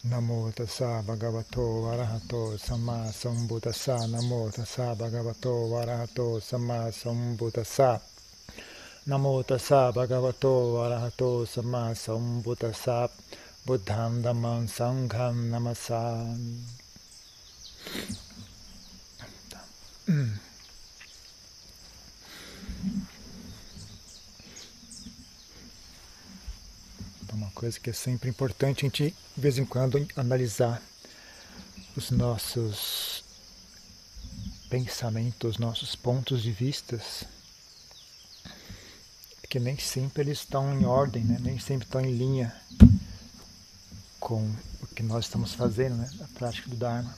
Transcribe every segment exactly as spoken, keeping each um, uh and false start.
Namo tassa bhagavato arahato samma sambuddhassa. Namo tassa bhagavato arahato samma sambuddhassa. Namo tassa bhagavato arahato samma sambuddhassa. Buddham dhammam sangham namasami. Uma coisa que é sempre importante a gente, de vez em quando, analisar os nossos pensamentos, nossos pontos de vistas, porque nem sempre eles estão em ordem, né? Nem sempre estão em linha com o que nós estamos fazendo, né? Na prática do Dharma.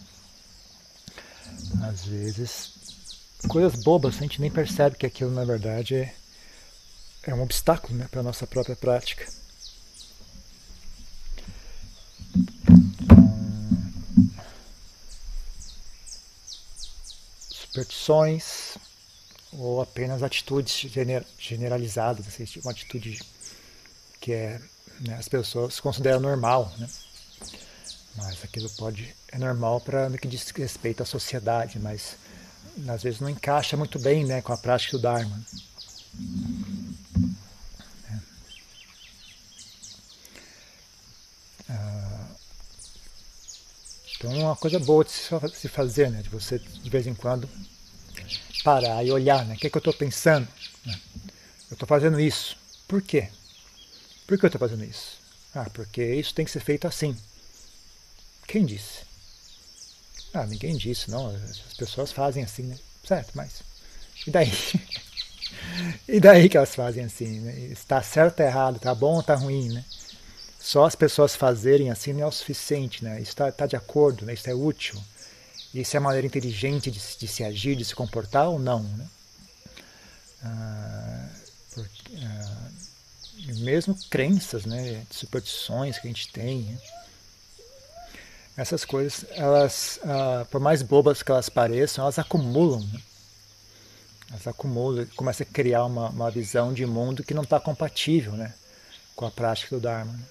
Às vezes, coisas bobas, a gente nem percebe que aquilo, na verdade, é, é um obstáculo, né? Para a nossa própria prática. Superstições ou apenas atitudes generalizadas, assim, uma atitude que é, né, as pessoas consideram normal, né? Mas aquilo pode é normal para no que diz respeito à sociedade, mas às vezes não encaixa muito bem, né, com a prática do Dharma. É. Ah, então é uma coisa boa de se fazer, né, de você de vez em quando parar e olhar, né? O que, é que eu estou pensando? Eu estou fazendo isso. Por quê? Por que eu estou fazendo isso? Ah, porque isso tem que ser feito assim. Quem disse? Ah, ninguém disse, não. As pessoas fazem assim, né? Certo, mas e daí? E daí que elas fazem assim, né? Está certo ou errado, está bom ou está ruim, né? Só as pessoas fazerem assim não é o suficiente, né? Isso está tá de acordo, né? Isso é útil. Isso é a maneira inteligente de, de se agir, de se comportar ou não, né? Ah, porque, ah, mesmo crenças, né, superstições que a gente tem, né? Essas coisas, elas, ah, por mais bobas que elas pareçam, elas acumulam, né? Elas acumulam, começam a criar uma, uma visão de mundo que não está compatível, né, com a prática do Dharma, né?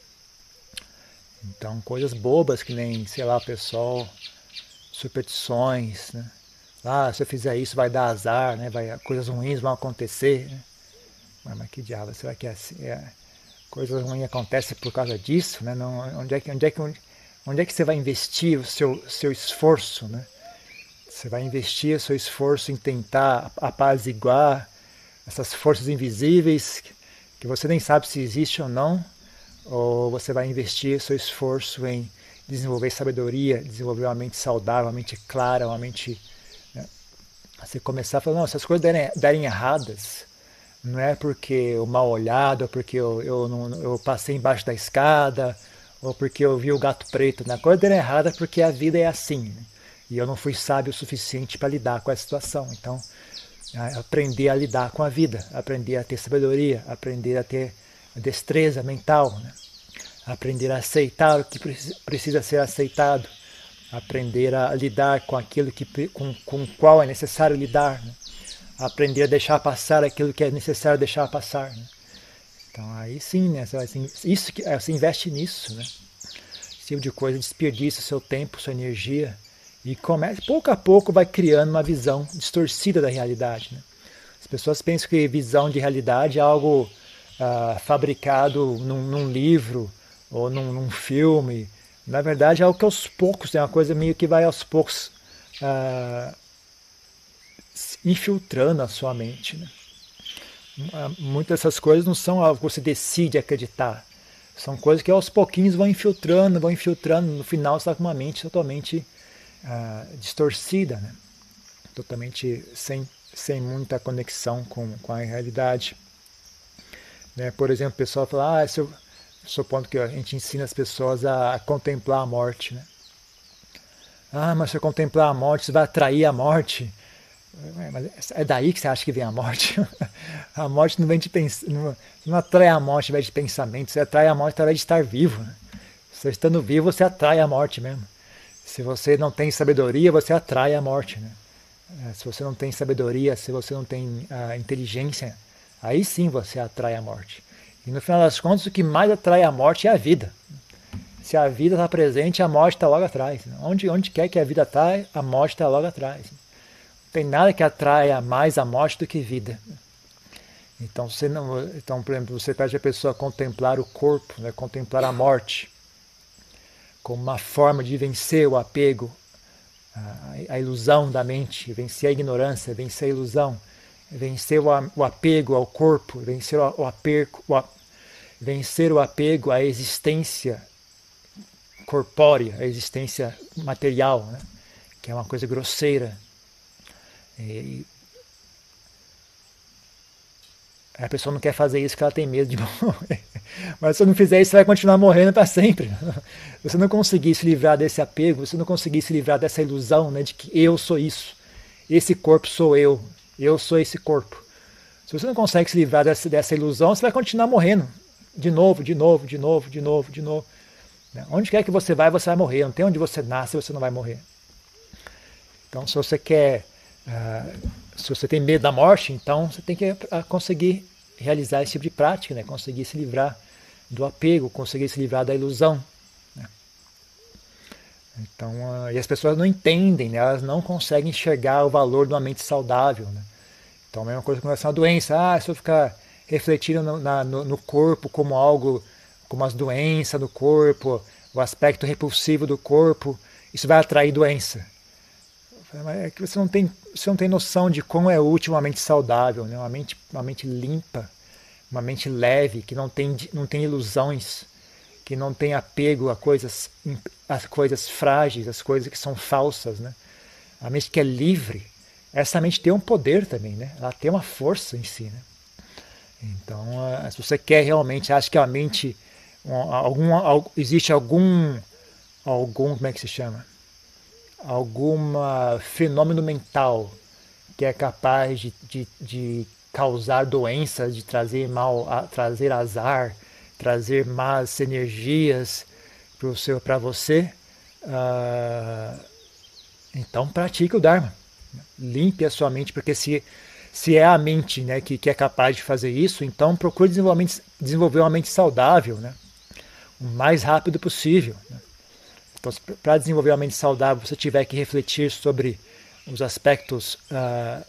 Então, coisas bobas que nem, sei lá, pessoal, superstições, né? Ah, se eu fizer isso vai dar azar, né? Vai, coisas ruins vão acontecer, né? Mas, mas que diabo, será que é assim? É, coisas ruins acontecem por causa disso, né? Não, onde, é que, onde, é que, onde, onde é que você vai investir o seu, seu esforço, né? Você vai investir o seu esforço em tentar apaziguar essas forças invisíveis que você nem sabe se existe ou não, ou você vai investir o seu esforço em desenvolver sabedoria, desenvolver uma mente saudável, uma mente clara, uma mente... Né? Você começar a falar, não, se as coisas derem, derem erradas, não é porque eu mal olhado, ou porque eu, eu, não, eu passei embaixo da escada, ou porque eu vi o gato preto. A coisa der errada porque a vida é assim, né? E eu não fui sábio o suficiente para lidar com essa situação. Então, aprender a lidar com a vida, aprender a ter sabedoria, aprender a ter destreza mental, né? Aprender a aceitar o que precisa ser aceitado, aprender a lidar com aquilo que, com, com o qual é necessário lidar, né? Aprender a deixar passar aquilo que é necessário deixar passar, né? Então aí sim, né? Isso que você investe nisso, né? Esse tipo de coisa desperdiça seu tempo, sua energia e começa, pouco a pouco vai criando uma visão distorcida da realidade, né? As pessoas pensam que visão de realidade é algo ah, fabricado num, num livro ou num, num filme. Na verdade é algo que aos poucos, é uma coisa meio que vai aos poucos ah, infiltrando a sua mente, né? Muitas dessas coisas não são algo que você decide acreditar. São coisas que aos pouquinhos vão infiltrando, vão infiltrando. No final você está com uma mente totalmente ah, distorcida, né? Totalmente sem, sem muita conexão com, com a realidade. Né? Por exemplo, o pessoal fala, ah, esse é o supondo que a gente ensina as pessoas a, a contemplar a morte, né? Ah, mas se eu contemplar a morte, você vai atrair a morte. Mas é daí que você acha que vem a morte? A morte não vem de pensar, não, não atrai a morte através de pensamento, você atrai a morte através de estar vivo, né? Você estando vivo, você atrai a morte mesmo. Se você não tem sabedoria, você atrai a morte, né? Se você não tem sabedoria, se você não tem a inteligência, aí sim você atrai a morte. E no final das contas, o que mais atrai a morte é a vida. Se a vida está presente, a morte está logo atrás. Onde, onde quer que a vida está, a morte está logo atrás. Não tem nada que atraia mais a morte do que vida. Então, você não, então por exemplo, você pede a pessoa a contemplar o corpo, né, contemplar a morte, como uma forma de vencer o apego, a, a ilusão da mente, vencer a ignorância, vencer a ilusão, vencer o, o apego ao corpo, vencer o, o apego, o, vencer o apego à existência corpórea, à existência material, né, que é uma coisa grosseira. E, a pessoa não quer fazer isso porque ela tem medo de morrer. Mas se você não fizer isso, você vai continuar morrendo para sempre. Se você não conseguir se livrar desse apego, se você não conseguir se livrar dessa ilusão, né, de que eu sou isso, esse corpo sou eu, eu sou esse corpo. Se você não consegue se livrar dessa, dessa ilusão, você vai continuar morrendo. De novo, de novo, de novo, de novo, de novo. Onde quer que você vai, você vai morrer. Não tem onde você nasce, você não vai morrer. Então, se você quer... Uh, se você tem medo da morte, então você tem que conseguir realizar esse tipo de prática, né? Conseguir se livrar do apego, conseguir se livrar da ilusão. Né? Então, uh, e as pessoas não entendem, né? Elas não conseguem enxergar o valor de uma mente saudável. Né? Então, a mesma coisa com relação à doença. Ah, se eu ficar refletindo no, na, no, no corpo como algo, como as doenças do corpo, o aspecto repulsivo do corpo, isso vai atrair doença. É que você não tem, você não tem noção de como é útil uma mente saudável, né? uma, mente, uma mente limpa, uma mente leve, que não tem, não tem ilusões, que não tem apego a coisas, a coisas frágeis, as coisas que são falsas. Né? A mente que é livre, essa mente tem um poder também, né? Ela tem uma força em si. Né? Então, se você quer realmente, acha que a mente, algum, existe algum, algum, como é que se chama? algum fenômeno mental que é capaz de, de, de causar doenças, de trazer mal, a, trazer azar, trazer más energias para você, uh, então pratique o Dharma. Limpe a sua mente, porque se, se é a mente, né, que, que é capaz de fazer isso, então procure desenvolver uma mente, desenvolver uma mente saudável, né, o mais rápido possível. Né. Então, para desenvolver uma mente saudável, você tiver que refletir sobre os aspectos uh,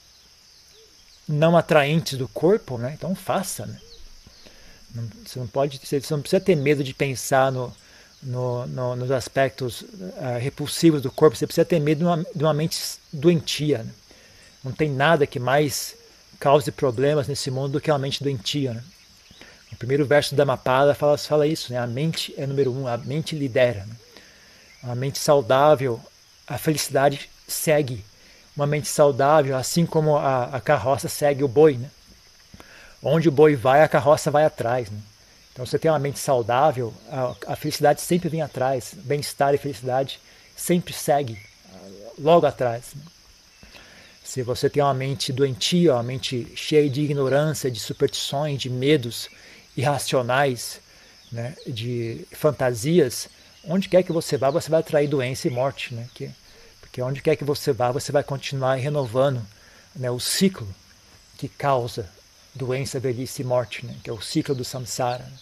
não atraentes do corpo, né? Então faça. Né? Não, você, não pode, você não precisa ter medo de pensar no, no, no, nos aspectos uh, repulsivos do corpo, você precisa ter medo de uma, de uma mente doentia. Né? Não tem nada que mais cause problemas nesse mundo do que uma mente doentia. Né? O primeiro verso da Dhammapada fala, fala isso, né? A mente é número um, a mente lidera. Né? Uma mente saudável, a felicidade segue. Uma mente saudável, assim como a, a carroça segue o boi. Né? Onde o boi vai, a carroça vai atrás. Né? Então, se você tem uma mente saudável, a, a felicidade sempre vem atrás. Bem-estar e felicidade sempre segue logo atrás. Né? Se você tem uma mente doentia, uma mente cheia de ignorância, de superstições, de medos irracionais, né? De fantasias, onde quer que você vá, você vai atrair doença e morte, né? Que, porque onde quer que você vá, você vai continuar renovando, né, o ciclo que causa doença, velhice e morte, né? Que é o ciclo do samsara. Né?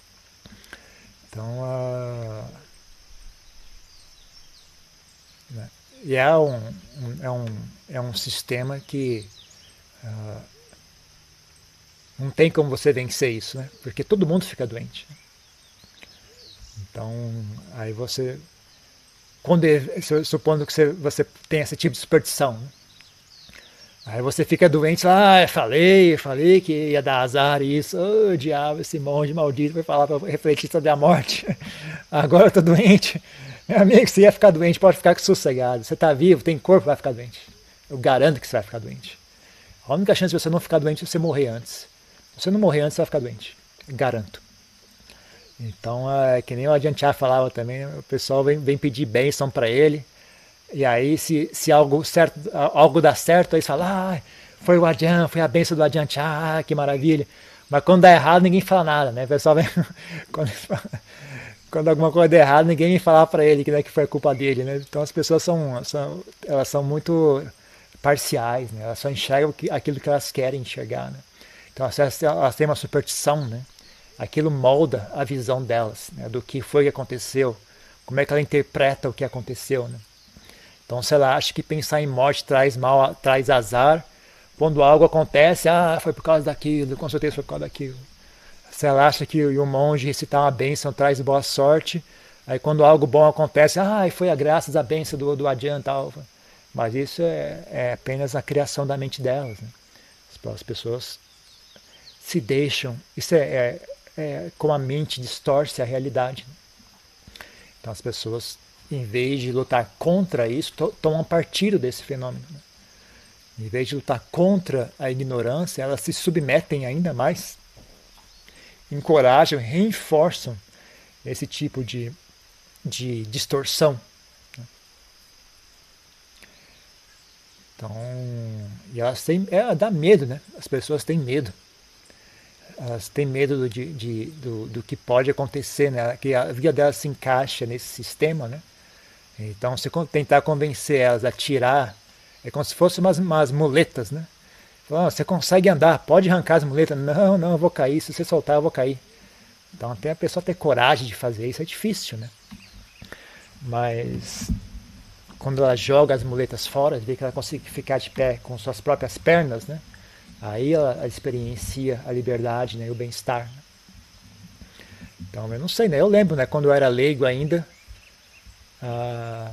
Então, uh, né? E é um, um, é, um, é um sistema que uh, não tem como você vencer isso, né? Porque todo mundo fica doente. Né? Então, aí você, quando, supondo que você, você tem esse tipo de superstição, né? Aí você fica doente, ah, falei, falei que ia dar azar isso, oh, diabo, esse monge maldito foi falar para refletir sobre a morte, agora eu tô doente. Meu amigo, você ia ficar doente, pode ficar sossegado, você tá vivo, tem corpo, vai ficar doente. Eu garanto que você vai ficar doente. A única chance de você não ficar doente é você morrer antes. Se você não morrer antes, você vai ficar doente, eu garanto. Então, é que nem o Ajahn Chah falava também, o pessoal vem, vem pedir bênção para ele, e aí se, se algo, certo, algo dá certo, aí você fala, ah, foi o Ajahn, foi a bênção do Ajahn Chah, ah, que maravilha. Mas quando dá errado, ninguém fala nada, né? O pessoal vem, quando, quando alguma coisa dá errado, ninguém vem falar para ele que, né, que foi a culpa dele, né? Então as pessoas são, são, elas são muito parciais, né? Elas só enxergam aquilo que elas querem enxergar, né? Então elas, elas têm uma superstição, né? aquilo molda a visão delas, né, do que foi que aconteceu, como é que ela interpreta o que aconteceu, né? Então, se ela acha que pensar em morte traz mal, traz azar, quando algo acontece, ah, foi por causa daquilo, com certeza foi por causa daquilo. Se ela acha que o monge recitar uma bênção traz boa sorte, aí quando algo bom acontece, ah, foi a graças à bênção do, do Ajahn tal. Mas isso é, é apenas a criação da mente delas, né? As pessoas se deixam, isso é, é, é como a mente distorce a realidade, né? Então as pessoas, em vez de lutar contra isso, to tomam partido desse fenômeno, né? Em vez de lutar contra a ignorância, elas se submetem ainda mais, encorajam, reforçam esse tipo de, de distorção. Então, e elas têm, é, dá medo, né? As pessoas têm medo. Elas têm medo do, de, de, do, do que pode acontecer, né? Que a vida delas se encaixa nesse sistema, né? Então, se tentar convencer elas a tirar, é como se fossem umas, umas muletas, né? Oh, você consegue andar, pode arrancar as muletas. Não, não, eu vou cair, se você soltar eu vou cair. Então, até a pessoa ter coragem de fazer isso é difícil, né? Mas quando ela joga as muletas fora, vê que ela consegue ficar de pé com suas próprias pernas, né? Aí ela experiencia a liberdade, né? E o bem-estar, né? Então, eu não sei, né? Eu lembro, né? Quando eu era leigo ainda, ah,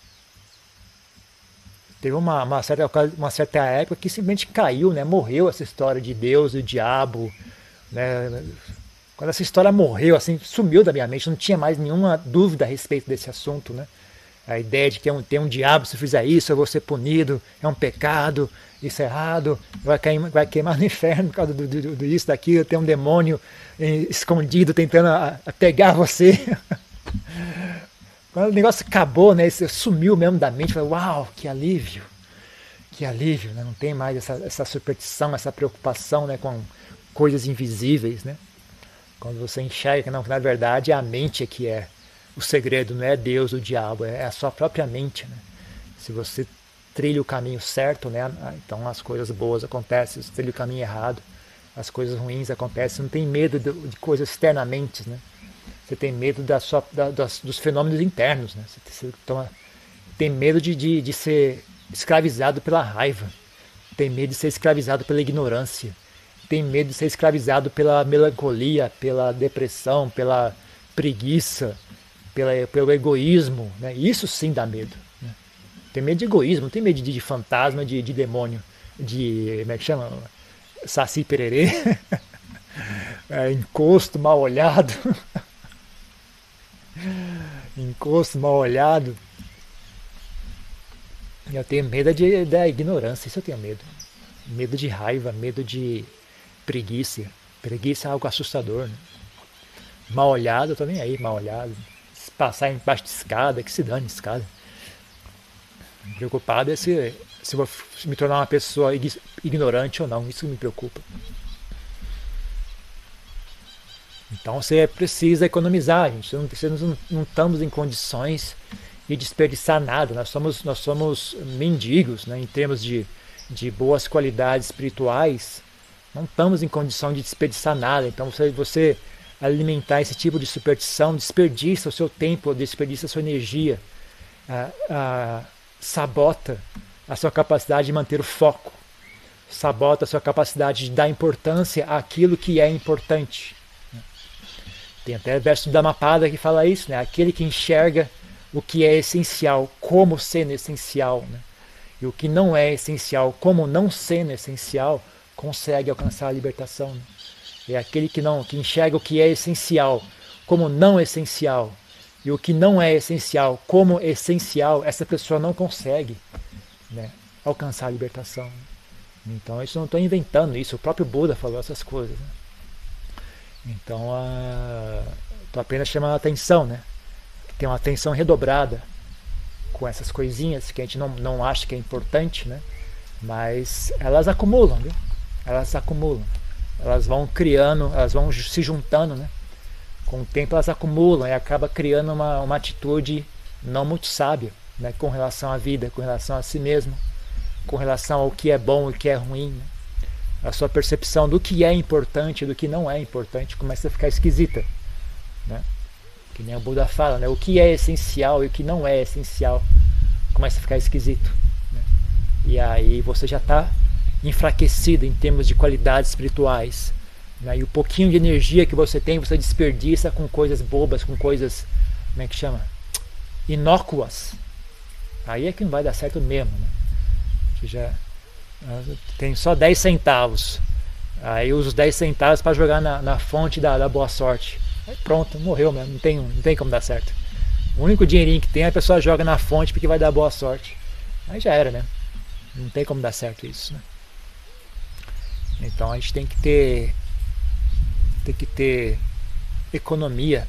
teve uma, uma, certa, uma certa época que simplesmente caiu, né? Morreu essa história de Deus e o diabo, né? Quando essa história morreu, assim, sumiu da minha mente, não tinha mais nenhuma dúvida a respeito desse assunto, né? A ideia de que tem um, tem um diabo, se fizer isso eu vou ser punido, é um pecado, isso é errado, vai, cair, vai queimar no inferno por causa do, do, do isso, daquilo, tem um demônio escondido tentando a, a pegar você. Quando o negócio acabou, né, isso sumiu mesmo da mente, falei, uau, que alívio, que alívio, né? Não tem mais essa, essa superstição, essa preocupação, né, com coisas invisíveis, né? Quando você enxerga que não, na verdade a mente é que é o segredo, não é Deus, o diabo, é a sua própria mente, né? Se você trilha o caminho certo, né, então as coisas boas acontecem. Se você trilha o caminho errado, as coisas ruins acontecem. Você não tem medo de, de coisas externamente, né? Você tem medo da sua, da, das, dos fenômenos internos, né? Você, você toma, tem medo de, de, de ser escravizado pela raiva, tem medo de ser escravizado pela ignorância, tem medo de ser escravizado pela melancolia, pela depressão, pela preguiça, pela, pelo egoísmo, né? Isso sim dá medo, né? Tem medo de egoísmo, não tem medo de, de fantasma, de, de demônio, de, como é que chama? Saci pererê, é, encosto mal olhado, encosto mal olhado. Eu tenho medo de, da ignorância, isso eu tenho medo. Medo de raiva, medo de preguiça. Preguiça é algo assustador, né? Mal olhado, eu tô nem aí, mal olhado. Se passar embaixo de escada, que se dane escada. Preocupado é se, se eu vou me tornar uma pessoa ignorante ou não, isso me preocupa. Então você precisa economizar, gente. Não, não, não estamos em condições de desperdiçar nada. Nós somos, nós somos mendigos, né, em termos de, de boas qualidades espirituais. Não estamos em condição de desperdiçar nada. Então você, você alimentar esse tipo de superstição desperdiça o seu tempo, desperdiça a sua energia, ah, ah, sabota a sua capacidade de manter o foco, sabota a sua capacidade de dar importância àquilo que é importante. Tem até verso do Dhammapada que fala isso, né? Aquele que enxerga o que é essencial como sendo essencial, né? E o que não é essencial como não sendo essencial, consegue alcançar a libertação, né? É aquele que não que enxerga o que é essencial como não essencial e o que não é essencial como essencial, essa pessoa não consegue, né, alcançar a libertação. Então isso eu não estou inventando isso, o próprio Buda falou essas coisas, né? Então estou apenas chamando a atenção, né? Tem uma atenção redobrada com essas coisinhas que a gente não, não acha que é importante, né? Mas elas acumulam, viu? Elas acumulam. Elas vão criando, elas vão se juntando, né? Com o tempo elas acumulam e acaba criando uma, uma atitude não muito sábia, né? Com relação à vida, com relação a si mesmo, com relação ao que é bom e o que é ruim, né? a sua percepção do que é importante e do que não é importante começa a ficar esquisita, né? Que nem o Buda fala, né? O que é essencial e o que não é essencial começa a ficar esquisito, né? E aí você já está enfraquecido em termos de qualidades espirituais, né? E o pouquinho de energia que você tem, você desperdiça com coisas bobas, com coisas, como é que chama? Inócuas. Aí é que não vai dar certo mesmo, né? Você já tem só dez centavos, aí usa os dez centavos para jogar na, na fonte da, da boa sorte. Aí pronto, morreu mesmo, não tem, não tem como dar certo. O único dinheirinho que tem, a pessoa joga na fonte porque vai dar boa sorte. Aí já era, né? Não tem como dar certo isso, né? Então a gente tem que ter tem que ter economia,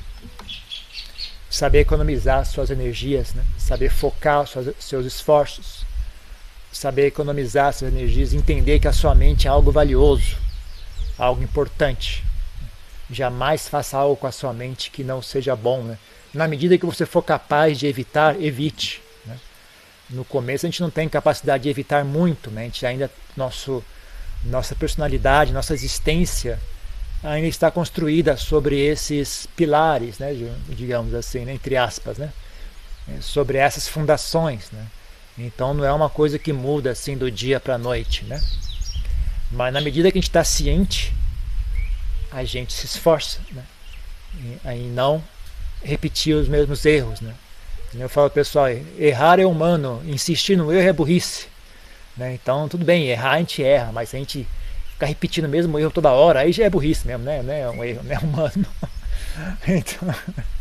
saber economizar suas energias, né? Saber focar suas, seus esforços, saber economizar suas energias, entender que a sua mente é algo valioso, algo importante. Jamais faça algo com a sua mente que não seja bom, né? Na medida que você for capaz de evitar, evite, né? No começo a gente não tem capacidade de evitar muito, né? A gente ainda, nosso, nossa personalidade, nossa existência ainda está construída sobre esses pilares, né? Digamos assim, né? Entre aspas, né? Sobre essas fundações, né? Então não é uma coisa que muda assim do dia para a noite, né? Mas na medida que a gente está ciente, a gente se esforça, né? Em não repetir os mesmos erros, né? Eu falo pessoal, errar é humano, insistir no erro é burrice, né? Então tudo bem, errar a gente erra, mas se a gente ficar repetindo o mesmo erro toda hora, aí já é burrice mesmo, né? Não é um erro, não é humano. Então,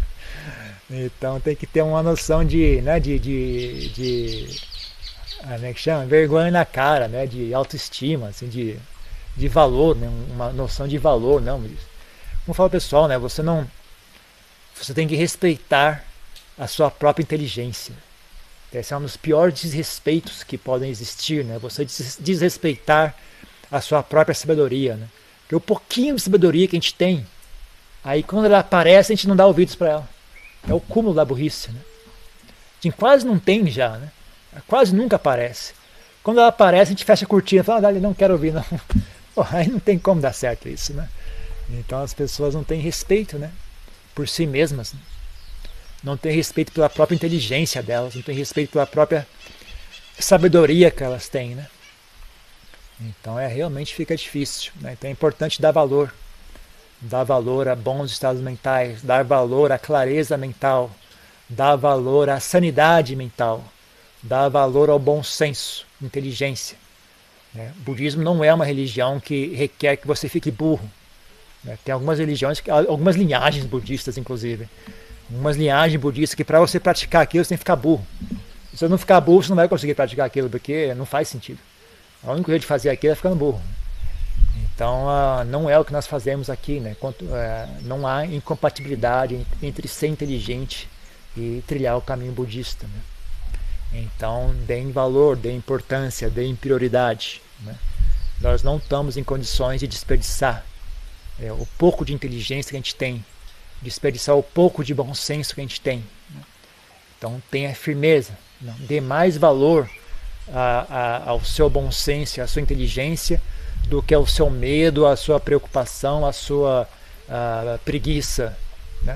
então tem que ter uma noção de, né, de, de, de como é que chama? Vergonha na cara, né? De autoestima, assim, de, de valor, né? Uma noção de valor, não. Como fala o pessoal, né? Você não, você tem que respeitar a sua própria inteligência. Esse é um dos piores desrespeitos que podem existir, né? Você desrespeitar a sua própria sabedoria, né? Porque o pouquinho de sabedoria que a gente tem, aí quando ela aparece a gente não dá ouvidos para ela. É o cúmulo da burrice, né? A gente quase não tem já, né? Quase nunca aparece. Quando ela aparece, a gente fecha a cortina e fala, ah, não quero ouvir, não. Pô, aí não tem como dar certo isso, né? Então as pessoas não têm respeito, né? Por si mesmas, né? Não têm respeito pela própria inteligência delas, não têm respeito pela própria sabedoria que elas têm, né? Então é, realmente fica difícil, né? Então é importante dar valor. Dar valor a bons estados mentais, dar valor à clareza mental, dar valor à sanidade mental, dar valor ao bom senso, inteligência. Né? O budismo não é uma religião que requer que você fique burro. Né? Tem algumas religiões, algumas linhagens budistas, inclusive, algumas linhagens budistas que para você praticar aquilo você tem que ficar burro. Se você não ficar burro, você não vai conseguir praticar aquilo, porque não faz sentido. O único jeito de fazer aquilo é ficando burro. Então, uh, não é o que nós fazemos aqui, né? Quanto, uh, não há incompatibilidade entre ser inteligente e trilhar o caminho budista, né? Então, deem valor, deem importância, deem prioridade, né? Nós não estamos em condições de desperdiçar é, o pouco de inteligência que a gente tem, desperdiçar o pouco de bom senso que a gente tem, né? Então, tenha firmeza, não? Dê mais valor a, a, ao seu bom senso, à sua inteligência, do que ao seu medo, à sua preocupação, à sua uh, preguiça, né?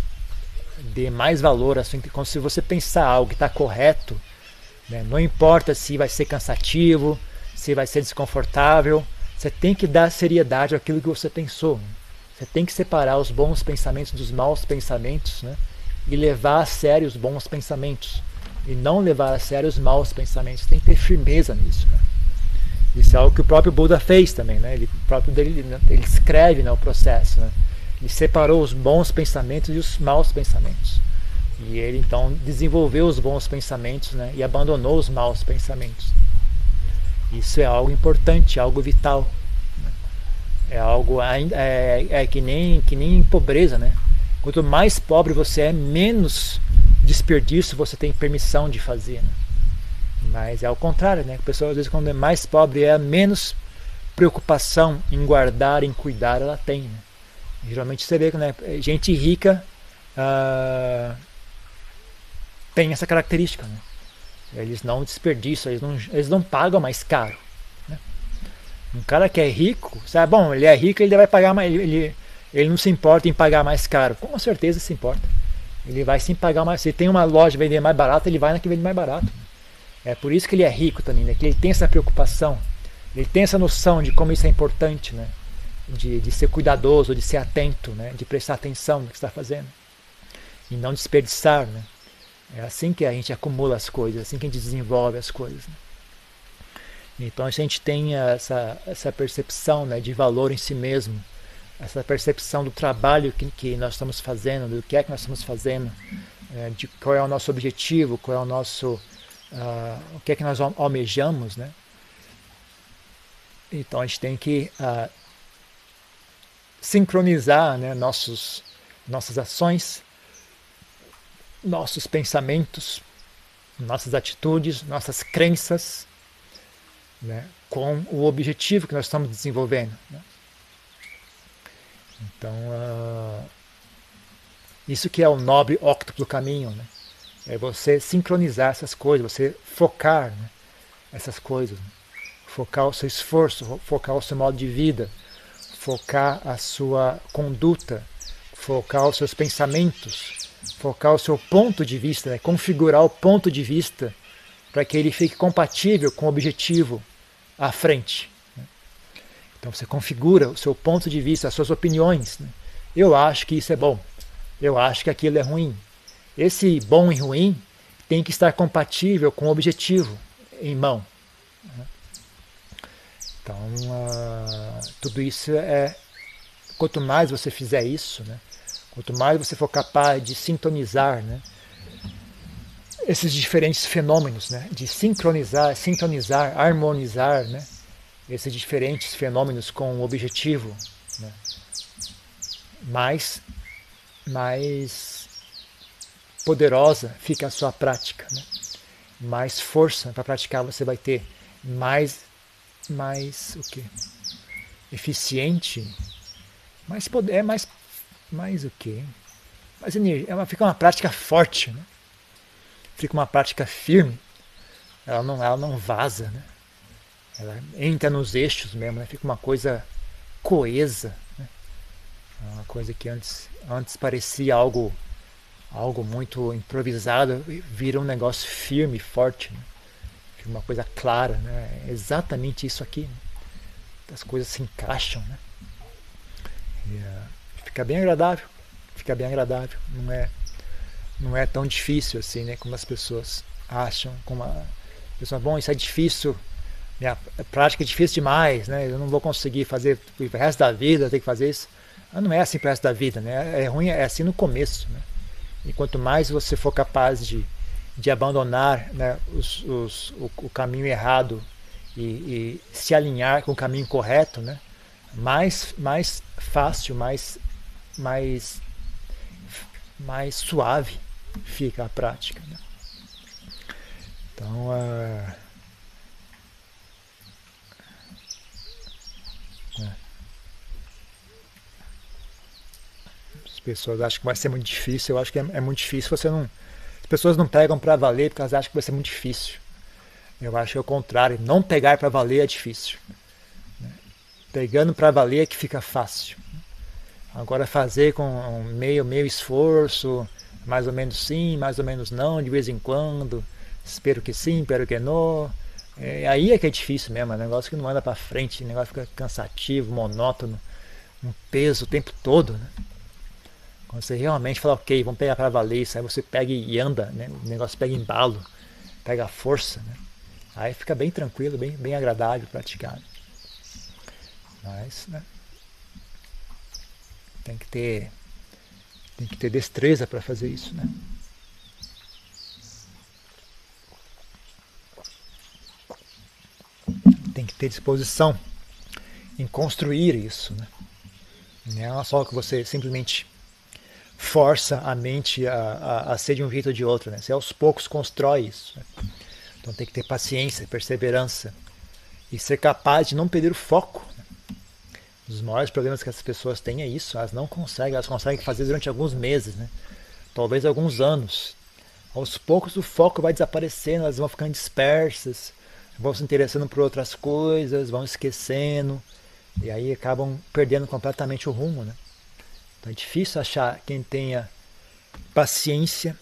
Dê mais valor à sua, como se você pensar algo que está correto, né? Não importa se vai ser cansativo, se vai ser desconfortável, você tem que dar seriedade àquilo que você pensou, né? Você tem que separar os bons pensamentos dos maus pensamentos, né? E levar a sério os bons pensamentos e não levar a sério os maus pensamentos. Você tem que ter firmeza nisso, né? Isso é algo que o próprio Buda fez também, né? Ele, próprio dele, ele escreve, né, o processo, né? Ele separou os bons pensamentos e os maus pensamentos. E ele então desenvolveu os bons pensamentos, né, e abandonou os maus pensamentos. Isso é algo importante, algo vital, né? É algo é, é que nem que nem pobreza, né? Quanto mais pobre você é, menos desperdício você tem permissão de fazer, né? Mas é ao contrário, né? A pessoa, às vezes, quando é mais pobre, é menos preocupação em guardar, em cuidar, ela tem, né? Geralmente você vê que, né, gente rica uh, tem essa característica, né? Eles não desperdiçam, eles não, eles não pagam mais caro, né? Um cara que é rico, sabe? Bom, ele é rico, ele vai pagar mais, ele, ele, ele não se importa em pagar mais caro. Com certeza se importa. Ele vai sim pagar mais. Se tem uma loja vender mais barato, ele vai na que vende mais barato. É por isso que ele é rico também, né? Que ele tem essa preocupação, ele tem essa noção de como isso é importante, né? De, de ser cuidadoso, de ser atento, né? De prestar atenção no que está fazendo e não desperdiçar, né? É assim que a gente acumula as coisas, é assim que a gente desenvolve as coisas, né? Então a gente tem essa, essa percepção, né, de valor em si mesmo, essa percepção do trabalho que, que nós estamos fazendo, do que é que nós estamos fazendo, é, de qual é o nosso objetivo, qual é o nosso, uh, o que é que nós almejamos, né? Então a gente tem que uh, sincronizar, né, nossos, nossas ações, nossos pensamentos, nossas atitudes, nossas crenças, né, com o objetivo que nós estamos desenvolvendo, né? Então, uh, isso que é o nobre óctuplo caminho, né? É você sincronizar essas coisas, você focar, né, essas coisas, né? Focar o seu esforço, focar o seu modo de vida, focar a sua conduta, focar os seus pensamentos, focar o seu ponto de vista, né? Configurar o ponto de vista para que ele fique compatível com o objetivo à frente. Então você configura o seu ponto de vista, as suas opiniões, né? Eu acho que isso é bom, eu acho que aquilo é ruim. Esse bom e ruim tem que estar compatível com o objetivo em mão. Então, uh, tudo isso é... Quanto mais você fizer isso, né? Quanto mais você for capaz de sintonizar, né, esses diferentes fenômenos, né, de sincronizar, sintonizar, harmonizar, né, esses diferentes fenômenos com o objetivo, né, mais, mais poderosa fica a sua prática, né, mais força para praticar você vai ter, mais, mais o quê? Eficiente, mais poder, é mais, mais o quê? Mais energia, é uma, fica uma prática forte, né? Fica uma prática firme, ela não, ela não vaza, né? Ela entra nos eixos mesmo, né? Fica uma coisa coesa, né? Uma coisa que antes, antes parecia algo, algo muito improvisado, vira um negócio firme, forte, né? Fica uma coisa clara, né? É exatamente isso aqui, né? As coisas se encaixam, né? E, uh, fica bem agradável, fica bem agradável, não é não é tão difícil assim, né, como as pessoas acham, como a pessoa, bom, isso é difícil, minha prática é difícil demais, né, eu não vou conseguir fazer o resto da vida, tem que fazer isso. Ah, não é assim para o resto da vida, né, é ruim, é assim no começo, né, e quanto mais você for capaz de, de abandonar, né, os, os, o, o caminho errado e, e se alinhar com o caminho correto, né, mais, mais fácil, mais, mais, mais suave fica a prática, né? Então, uh, é. As pessoas acham que vai ser muito difícil. Eu acho que é, é muito difícil. Você não, as pessoas não pegam para valer porque elas acham que vai ser muito difícil. Eu acho que é o contrário. Não pegar para valer é difícil. Pegando para valer é que fica fácil. Agora fazer com meio, meio esforço, mais ou menos sim, mais ou menos não, de vez em quando, espero que sim, espero que não. É, aí é que é difícil mesmo, é um negócio que não anda para frente, o negócio fica cansativo, monótono, um peso o tempo todo, né? Quando você realmente fala, ok, vamos pegar para valer isso, aí você pega e anda, né? O negócio pega embalo, pega força, né? Aí fica bem tranquilo, bem, bem agradável praticar. Mas, né? Tem que ter, tem que ter destreza para fazer isso, né? Tem que ter disposição em construir isso, né? Não é só que você simplesmente força a mente a, a, a ser de um jeito ou de outro, né? Você aos poucos constrói isso, né? Então tem que ter paciência, perseverança e ser capaz de não perder o foco. Um dos maiores problemas que as pessoas têm é isso, elas não conseguem, elas conseguem fazer durante alguns meses, né? Talvez alguns anos. Aos poucos o foco vai desaparecendo, elas vão ficando dispersas, vão se interessando por outras coisas, vão esquecendo, e aí acabam perdendo completamente o rumo, né? Então é difícil achar quem tenha paciência,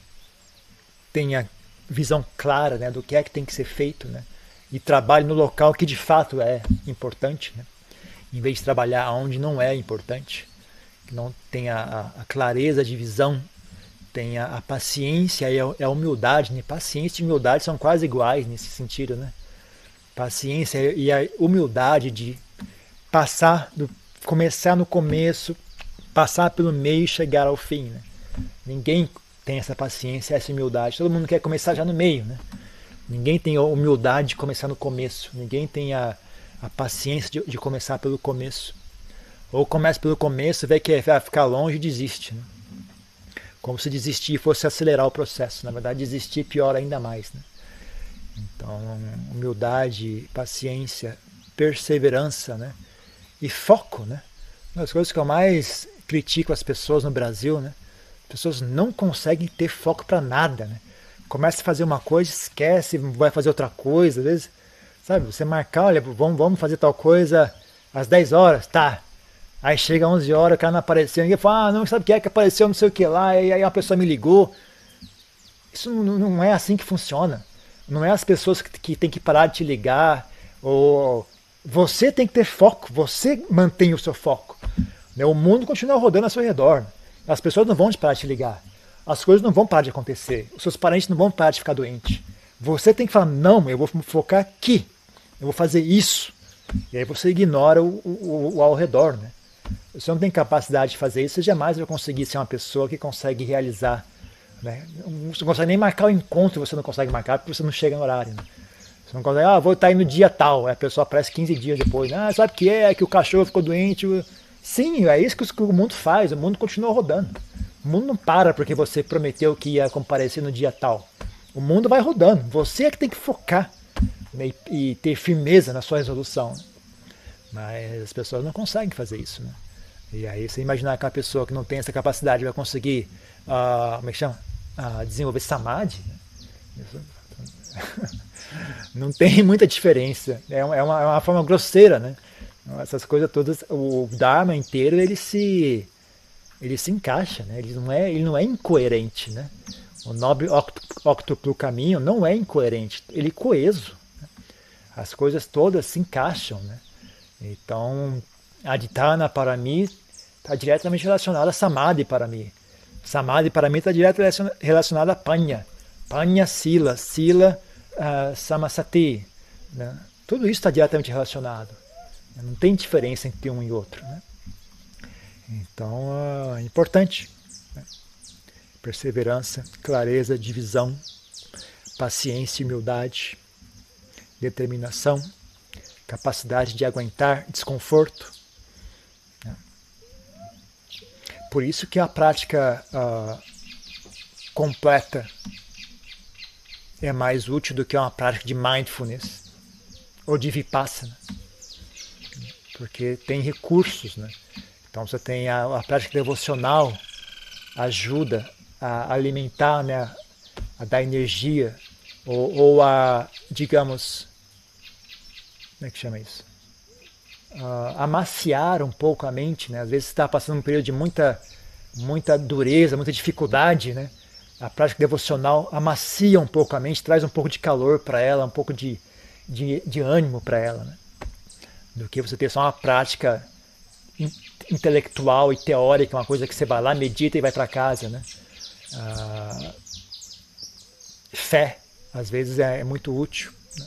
tenha visão clara, né, do que é que tem que ser feito, né? E trabalhe no local que de fato é importante, né? Em vez de trabalhar onde não é importante, que não tenha a, a clareza de visão, tenha a paciência e a, a humildade, né? Paciência e humildade são quase iguais nesse sentido, né? Paciência e a humildade de passar, do, começar no começo, passar pelo meio e chegar ao fim, né? Ninguém tem essa paciência, essa humildade. Todo mundo quer começar já no meio, né? Ninguém tem a humildade de começar no começo. Ninguém tem a, a paciência de, de começar pelo começo. Ou começa pelo começo, vê que vai ficar longe e desiste, né? Como se desistir fosse acelerar o processo. Na verdade, desistir pior ainda mais, né? Então, humildade, paciência, perseverança, né? E foco, né? Uma das coisas que eu mais critico as pessoas no Brasil, né? As pessoas não conseguem ter foco para nada, né? Começa a fazer uma coisa, esquece, vai fazer outra coisa, às vezes, sabe? Você marcar, olha, vamos, vamos fazer tal coisa às dez horas, tá? Aí chega às onze horas, o cara não apareceu, ninguém fala, ah, não, sabe o que é que apareceu, não sei o que lá, e aí a pessoa me ligou. Isso não, não é assim que funciona. Não é as pessoas que, que tem que parar de te ligar, ou você tem que ter foco, você mantém o seu foco. O mundo continua rodando ao seu redor. As pessoas não vão parar de te ligar. As coisas não vão parar de acontecer. Os seus parentes não vão parar de ficar doentes. Você tem que falar, não, eu vou me focar aqui. Eu vou fazer isso. E aí você ignora o, o, o ao redor, né? Se você não tem capacidade de fazer isso, você jamais vai conseguir ser uma pessoa que consegue realizar, né? Você não consegue nem marcar o encontro, você não consegue marcar porque você não chega no horário, né? Você não consegue, ah, vou estar aí no dia tal. Aí a pessoa aparece quinze dias depois. Ah, sabe o que é? Que o cachorro ficou doente. Sim, é isso que o mundo faz. O mundo continua rodando. O mundo não para porque você prometeu que ia comparecer no dia tal. O mundo vai rodando. Você é que tem que focar, né, e, e ter firmeza na sua resolução. Mas as pessoas não conseguem fazer isso, né? E aí você imaginar que uma pessoa que não tem essa capacidade vai conseguir, uh, como é que chama? Uh, desenvolver samadhi, né? Não tem muita diferença. É uma, é uma forma grosseira, né? Essas coisas todas, o Dharma inteiro ele se ele se encaixa, né? Ele não é, ele não é incoerente, né? O nobre octuplo caminho não é incoerente, ele é coeso, né? As coisas todas se encaixam, né? Então, Aditana para mim está diretamente relacionada a Samadhi para mim. Samadhi para mim está diretamente relacionada a Panya. Panya Sila, Sila uh, Samasati, né? Tudo isso está diretamente relacionado. Não tem diferença entre um e outro, né? Então, é importante, né? Perseverança, clareza de visão, paciência, humildade, determinação, capacidade de aguentar desconforto, né? Por isso que a prática uh, completa é mais útil do que uma prática de mindfulness ou de vipassana, porque tem recursos, né? Então você tem a, a prática devocional, ajuda a alimentar, né, a dar energia, ou, ou a, digamos, como é que chama isso? Uh, amaciar um pouco a mente, né? Às vezes você está passando um período de muita, muita dureza, muita dificuldade, né? A prática devocional amacia um pouco a mente, traz um pouco de calor para ela, um pouco de, de, de ânimo para ela, né? Do que você ter só uma prática intelectual e teórica, uma coisa que você vai lá, medita e vai para casa, né? Ah, fé, às vezes, é, é muito útil, né?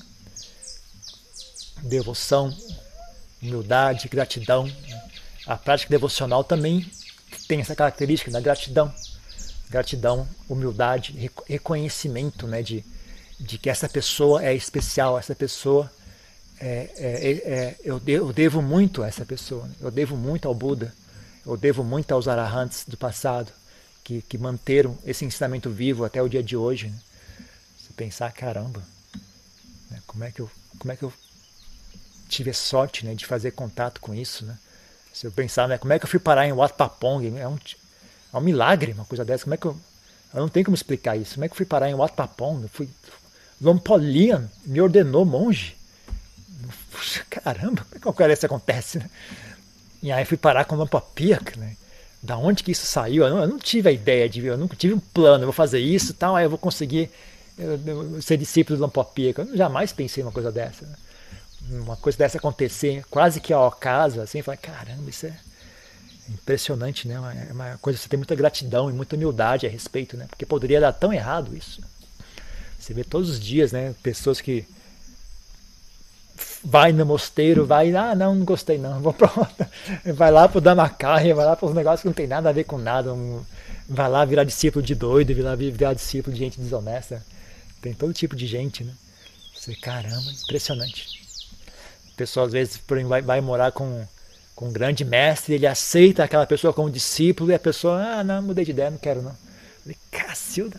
Devoção, humildade, gratidão, né? A prática devocional também tem essa característica da gratidão. Gratidão, humildade, reconhecimento, né, de, de que essa pessoa é especial, essa pessoa É, é, é, eu, devo, eu devo muito a essa pessoa, eu devo muito ao Buda, eu devo muito aos arahants do passado, que, que manteram esse ensinamento vivo até o dia de hoje, né? Você pensar, caramba, né? como, é que eu, como é que eu tive a sorte, né, de fazer contato com isso, né? Se eu pensar, né, como é que eu fui parar em Wat Papong, é um, é um milagre uma coisa dessa, como é que eu, eu não tenho como explicar isso, como é que eu fui parar em Wat Papong, eu fui Lompolian me ordenou monge. Caramba, como é que isso acontece, né? E aí fui parar com Lompopiaca, né? Da onde que isso saiu? Eu não, eu não tive a ideia de, eu nunca tive um plano, eu vou fazer isso e tal, aí eu vou conseguir eu, eu, ser discípulo do Lompopiaca. Eu jamais pensei numa coisa dessa, né? Uma coisa dessa acontecer, quase que ao acaso, assim, eu falei, caramba, isso é impressionante, né? É uma coisa que você tem muita gratidão e muita humildade a respeito, né? Porque poderia dar tão errado isso. Você vê todos os dias, né? Pessoas que vai no mosteiro, vai, ah, não, não gostei não, vou pra outra. Vai lá pro Dhammakarya, vai lá para os negócios que não tem nada a ver com nada, um, vai lá virar discípulo de doido, virar, virar discípulo de gente desonesta. Tem todo tipo de gente, né? Você, caramba, impressionante. A pessoa às vezes vai, vai morar com, com um grande mestre, ele aceita aquela pessoa como discípulo e a pessoa, ah, não, mudei de ideia, não quero não. Eu falei, Cacilda.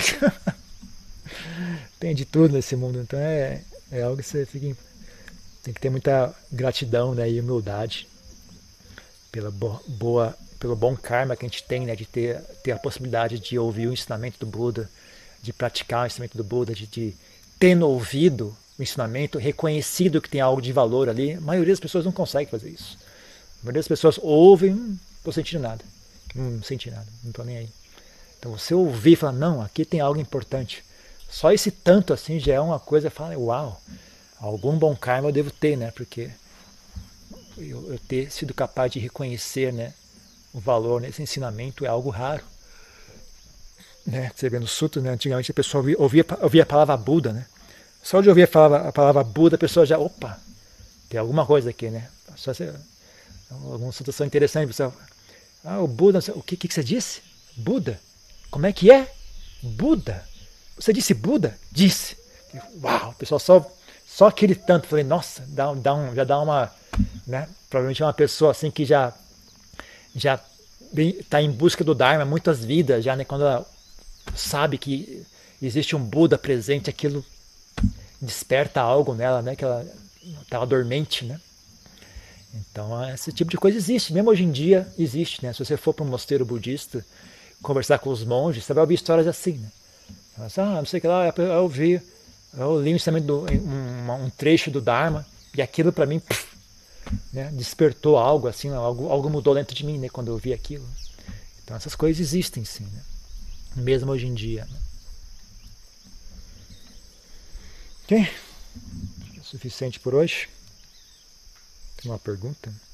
Tem de tudo nesse mundo, então é, é algo que você fica, tem que ter muita gratidão, né, e humildade pela boa, pelo bom karma que a gente tem, né, de ter, ter a possibilidade de ouvir o ensinamento do Buda, de praticar o ensinamento do Buda, de, de ter no ouvido o ensinamento, reconhecido que tem algo de valor ali. A maioria das pessoas não consegue fazer isso. A maioria das pessoas ouvem, não estou sentindo nada, não senti nada, não estou nem aí. Então você ouvir e falar, não, aqui tem algo importante. Só esse tanto assim já é uma coisa, fala, uau, algum bom karma eu devo ter, né? Porque eu, eu ter sido capaz de reconhecer, né, o valor nesse ensinamento é algo raro. Né? Você vê no sutra, né? Antigamente a pessoa ouvia, ouvia, ouvia a palavra Buda, né? Só de ouvir a palavra, a palavra Buda, a pessoa já, opa, tem alguma coisa aqui, né? Só se, alguma situação interessante, pessoal. Ah, o Buda, o que, que você disse? Buda? Como é que é? Buda? Você disse Buda? Disse. Uau, o pessoal só, só aquele tanto. Falei, nossa, dá, dá um, já dá uma, né? Provavelmente é uma pessoa assim que já já está em busca do Dharma muitas vidas já, né? Quando ela sabe que existe um Buda presente, aquilo desperta algo nela, né? Que ela estava dormente, né? Então esse tipo de coisa existe, mesmo hoje em dia existe, né? Se você for para um mosteiro budista conversar com os monges, você vai ouvir histórias assim, né? Ah, não sei o que lá, eu ouvi, eu li um, do, um, um trecho do Dharma e aquilo para mim, pff, né, despertou algo assim, algo, algo mudou dentro de mim, né, quando eu vi aquilo. Então essas coisas existem sim, né? Mesmo hoje em dia. Né? Ok? É o suficiente por hoje? Tem uma pergunta?